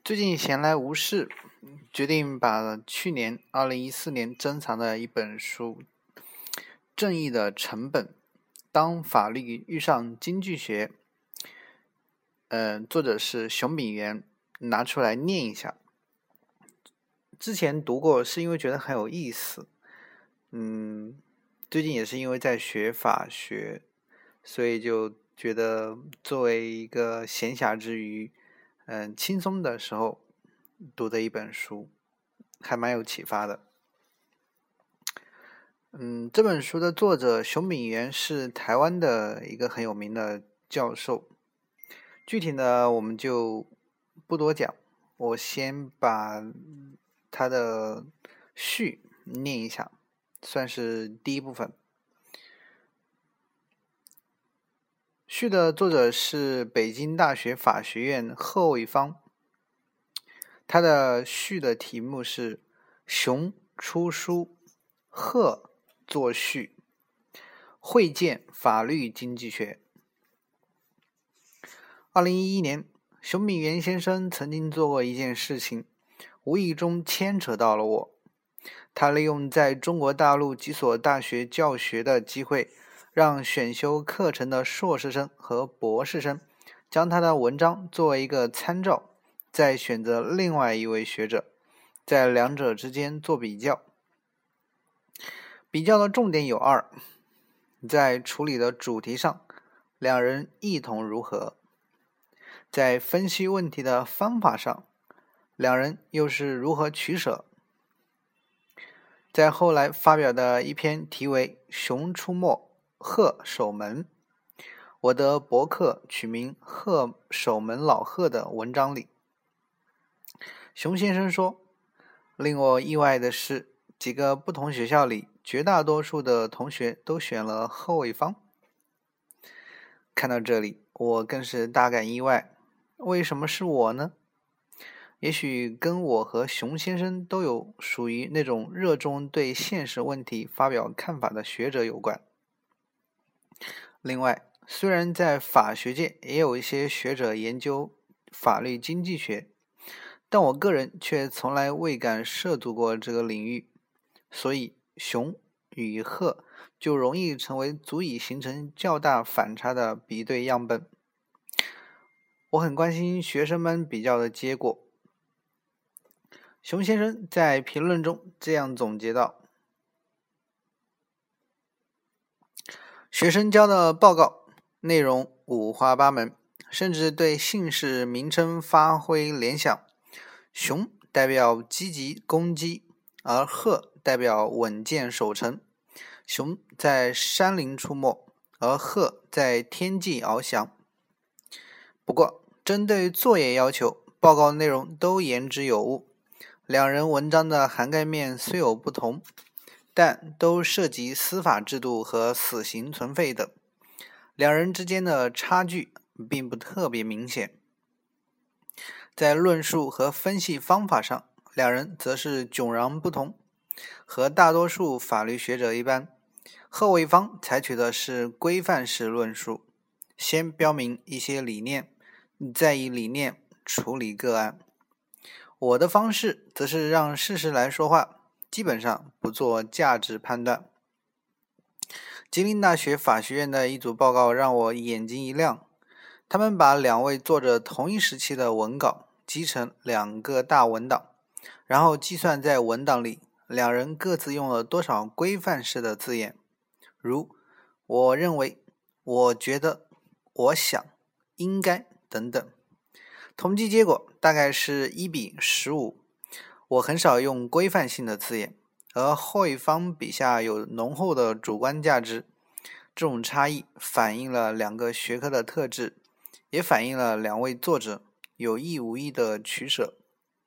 最近闲来无事，决定把去年2014年珍藏的一本书《正义的成本：当法律遇上经济学》，作者是熊秉元，拿出来念一下。之前读过，是因为觉得很有意思。最近也是因为在学法学，所以就觉得作为一个闲暇之余，轻松的时候读的一本书，还蛮有启发的。这本书的作者熊秉元是台湾的一个很有名的教授，具体的我们就不多讲，我先把他的序念一下，算是第一部分。序的作者是北京大学法学院贺卫方，他的序的题目是熊出书，贺作序，会见法律经济学。2011年，熊秉元先生曾经做过一件事情，无意中牵扯到了我。他利用在中国大陆几所大学教学的机会，让选修课程的硕士生和博士生将他的文章作为一个参照，再选择另外一位学者，在两者之间做比较。比较的重点有二：在处理的主题上，两人异同如何；在分析问题的方法上，两人又是如何取舍。在后来发表的一篇题为《熊出没，贺守门》，我的博客取名贺守门老贺的文章里，熊先生说，令我意外的是，几个不同学校里绝大多数的同学都选了贺卫方。看到这里，我更是大感意外，为什么是我呢？也许跟我和熊先生都有属于那种热衷对现实问题发表看法的学者有关。另外，虽然在法学界也有一些学者研究法律经济学，但我个人却从来未敢涉足过这个领域，所以熊与贺就容易成为足以形成较大反差的比对样本。我很关心学生们比较的结果。熊先生在评论中这样总结道：学生交的报告内容五花八门，甚至对姓氏名称发挥联想。熊代表积极攻击，而贺代表稳健守成。熊在山林出没，而贺在天际翱翔。不过，针对作业要求，报告内容都言之有物。两人文章的涵盖面虽有不同，但都涉及司法制度和死刑存废等，两人之间的差距并不特别明显。在论述和分析方法上，两人则是迥然不同。和大多数法律学者一般，贺卫方采取的是规范式论述，先标明一些理念，再以理念处理个案。我的方式则是让事实来说话，基本上不做价值判断。吉林大学法学院的一组报告让我眼睛一亮，他们把两位作者同一时期的文稿集成两个大文档，然后计算在文档里两人各自用了多少规范式的字眼，如我认为、我觉得、我想、应该等等。统计结果大概是1:15，我很少用规范性的字眼，而贺卫方笔下有浓厚的主观价值。这种差异反映了两个学科的特质，也反映了两位作者有意无意的取舍。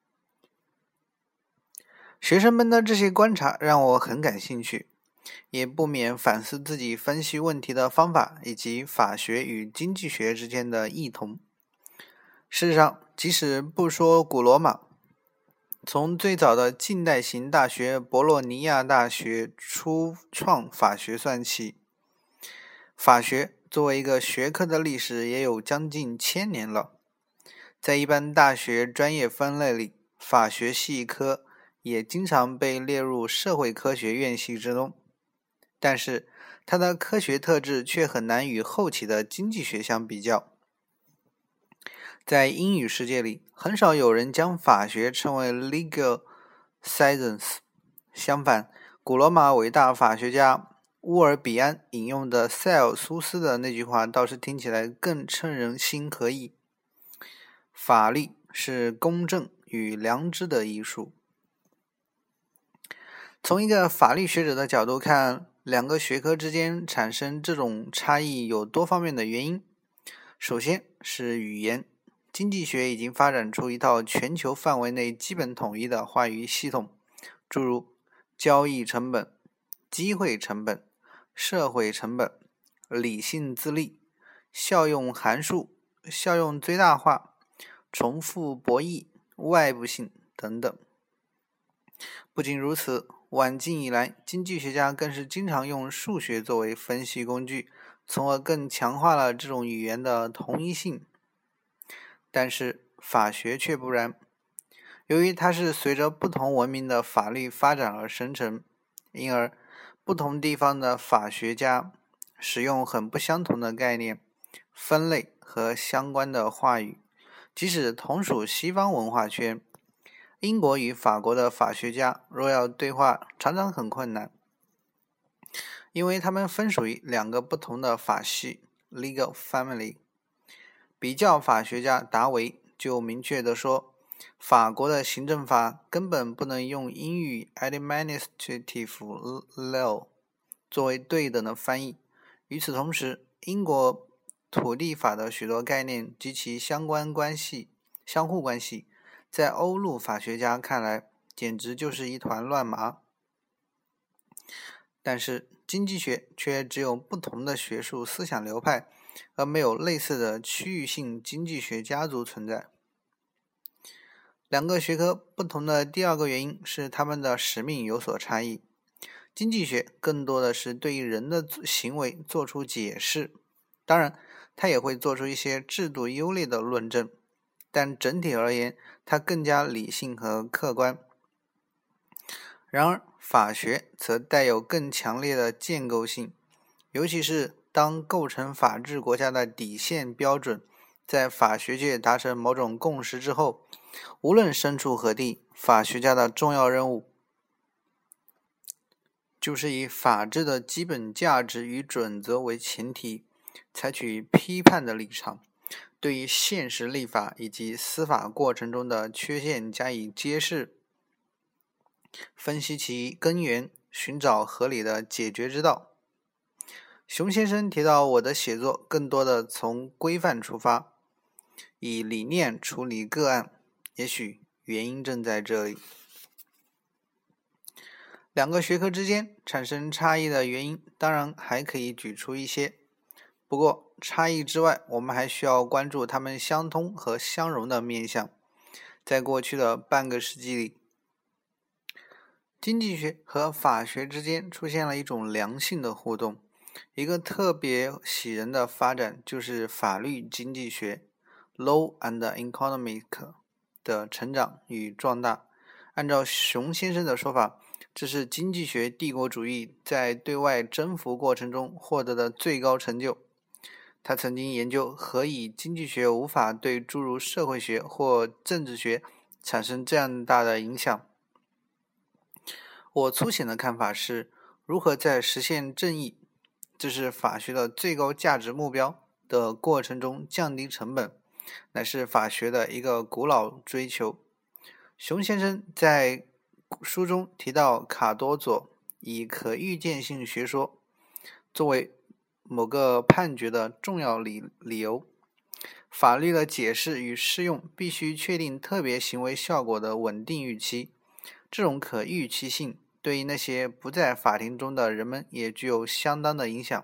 学生们的这些观察让我很感兴趣，也不免反思自己分析问题的方法以及法学与经济学之间的异同。事实上，即使不说古罗马，从最早的近代型大学博洛尼亚大学初创法学算起，法学作为一个学科的历史也有将近1000年了。 在一般大学专业分类里，法学系科也经常被列入社会科学院系之中，但是它的科学特质却很难与后期的经济学相比较。在英语世界里，很少有人将法学称为 legal science。相反，古罗马伟大法学家乌尔比安引用的塞尔苏斯的那句话倒是听起来更称人心合意：法律是公正与良知的艺术。从一个法律学者的角度看，两个学科之间产生这种差异有多方面的原因。首先是语言，经济学已经发展出一套全球范围内基本统一的话语系统，诸如交易成本、机会成本、社会成本、理性自立、效用函数、效用最大化、重复博弈、外部性等等。不仅如此，晚近以来，经济学家更是经常用数学作为分析工具，从而更强化了这种语言的同一性。但是法学却不然，由于它是随着不同文明的法律发展而生成，因而不同地方的法学家使用很不相同的概念、分类和相关的话语。即使同属西方文化圈，英国与法国的法学家若要对话，常常很困难，因为他们分属于两个不同的法系 legal family。 比较法学家达维就明确地说，法国的行政法根本不能用英语 administrative law 作为对等的翻译。与此同时，英国土地法的许多概念及其相互关系，在欧陆法学家看来简直就是一团乱麻。但是经济学却只有不同的学术思想流派，而没有类似的区域性经济学家族存在。两个学科不同的第二个原因是他们的使命有所差异。经济学更多的是对于人的行为做出解释，当然它也会做出一些制度优劣的论证，但整体而言它更加理性和客观。然而法学则带有更强烈的建构性，尤其是当构成法治国家的底线标准在法学界达成某种共识之后，无论身处何地，法学家的重要任务就是以法治的基本价值与准则为前提，采取批判的立场，对于现实立法以及司法过程中的缺陷加以揭示，分析其根源，寻找合理的解决之道。熊先生提到，我的写作更多的从规范出发，以理念处理个案，也许原因正在这里。两个学科之间产生差异的原因当然还可以举出一些，不过差异之外，我们还需要关注它们相通和相容的面向。在过去的半个世纪里，经济学和法学之间出现了一种良性的互动。一个特别喜人的发展就是法律经济学 Law and Economics 的成长与壮大。按照熊先生的说法，这是经济学帝国主义在对外征服过程中获得的最高成就。他曾经研究何以经济学无法对诸如社会学或政治学产生这样大的影响。我粗浅的看法是，如何在实现正义，这是法学的最高价值目标的过程中降低成本，乃是法学的一个古老追求。熊先生在书中提到卡多佐以可预见性学说作为某个判决的重要理由，法律的解释与适用必须确定特别行为效果的稳定预期，这种可预期性对于那些不在法庭中的人们也具有相当的影响。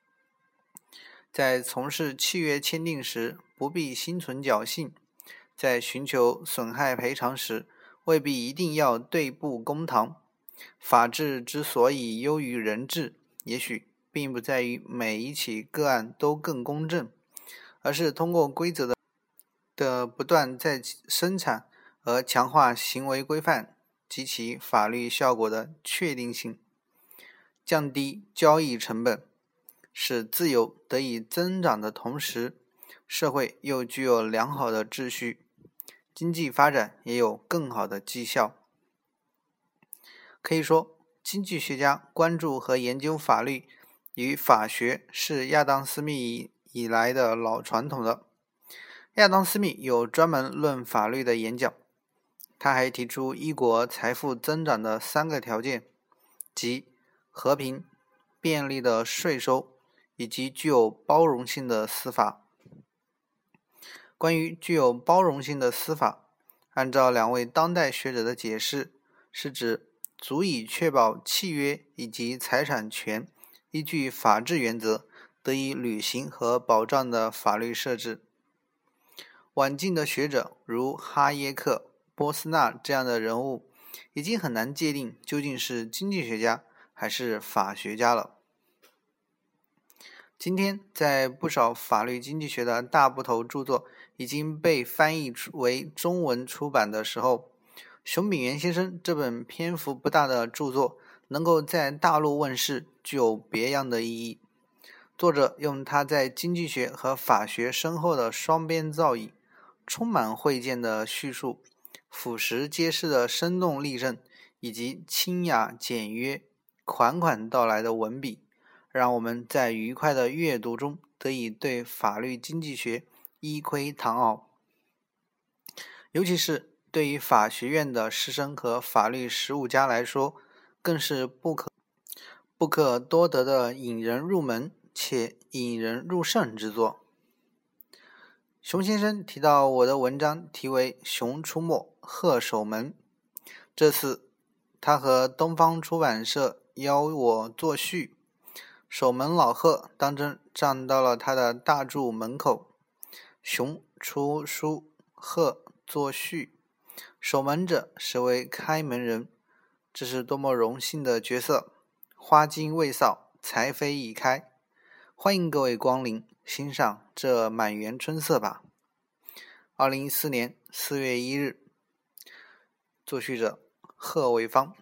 在从事契约签订时不必心存侥幸，在寻求损害赔偿时未必一定要对簿公堂。法治之所以优于人治，也许并不在于每一起个案都更公正，而是通过规则的的不断在生产而强化行为规范及其法律效果的确定性，降低交易成本，使自由得以增长的同时，社会又具有良好的秩序，经济发展也有更好的绩效。可以说，经济学家关注和研究法律与法学是亚当·斯密以来的老传统了。亚当·斯密有专门论法律的演讲，他还提出一国财富增长的3个条件，即和平、便利的税收以及具有包容性的司法。关于具有包容性的司法，按照2位当代学者的解释，是指足以确保契约以及财产权依据法治原则得以履行和保障的法律设置。晚近的学者如哈耶克、波斯纳这样的人物，已经很难界定究竟是经济学家还是法学家了。今天，在不少法律经济学的大部头著作已经被翻译为中文出版的时候，熊秉元先生这本篇幅不大的著作能够在大陆问世，具有别样的意义。作者用他在经济学和法学深厚的双边造诣，充满慧见的叙述，俯拾皆是的生动例证，以及清雅简约、款款道来的文笔，让我们在愉快的阅读中得以对法律经济学一窥堂奥。尤其是对于法学院的师生和法律实务家来说，更是不可多得的引人入门且引人入胜之作。熊先生提到我的文章题为《熊出没，贺守门》，这次他和东方出版社邀我作序，守门老贺当真站到了他的大柱门口，熊出书，贺作序，守门者实为开门人，这是多么荣幸的角色！花径未扫，财扉已开，欢迎各位光临，欣赏这满园春色吧。2014年4月1日，作序者贺卫方。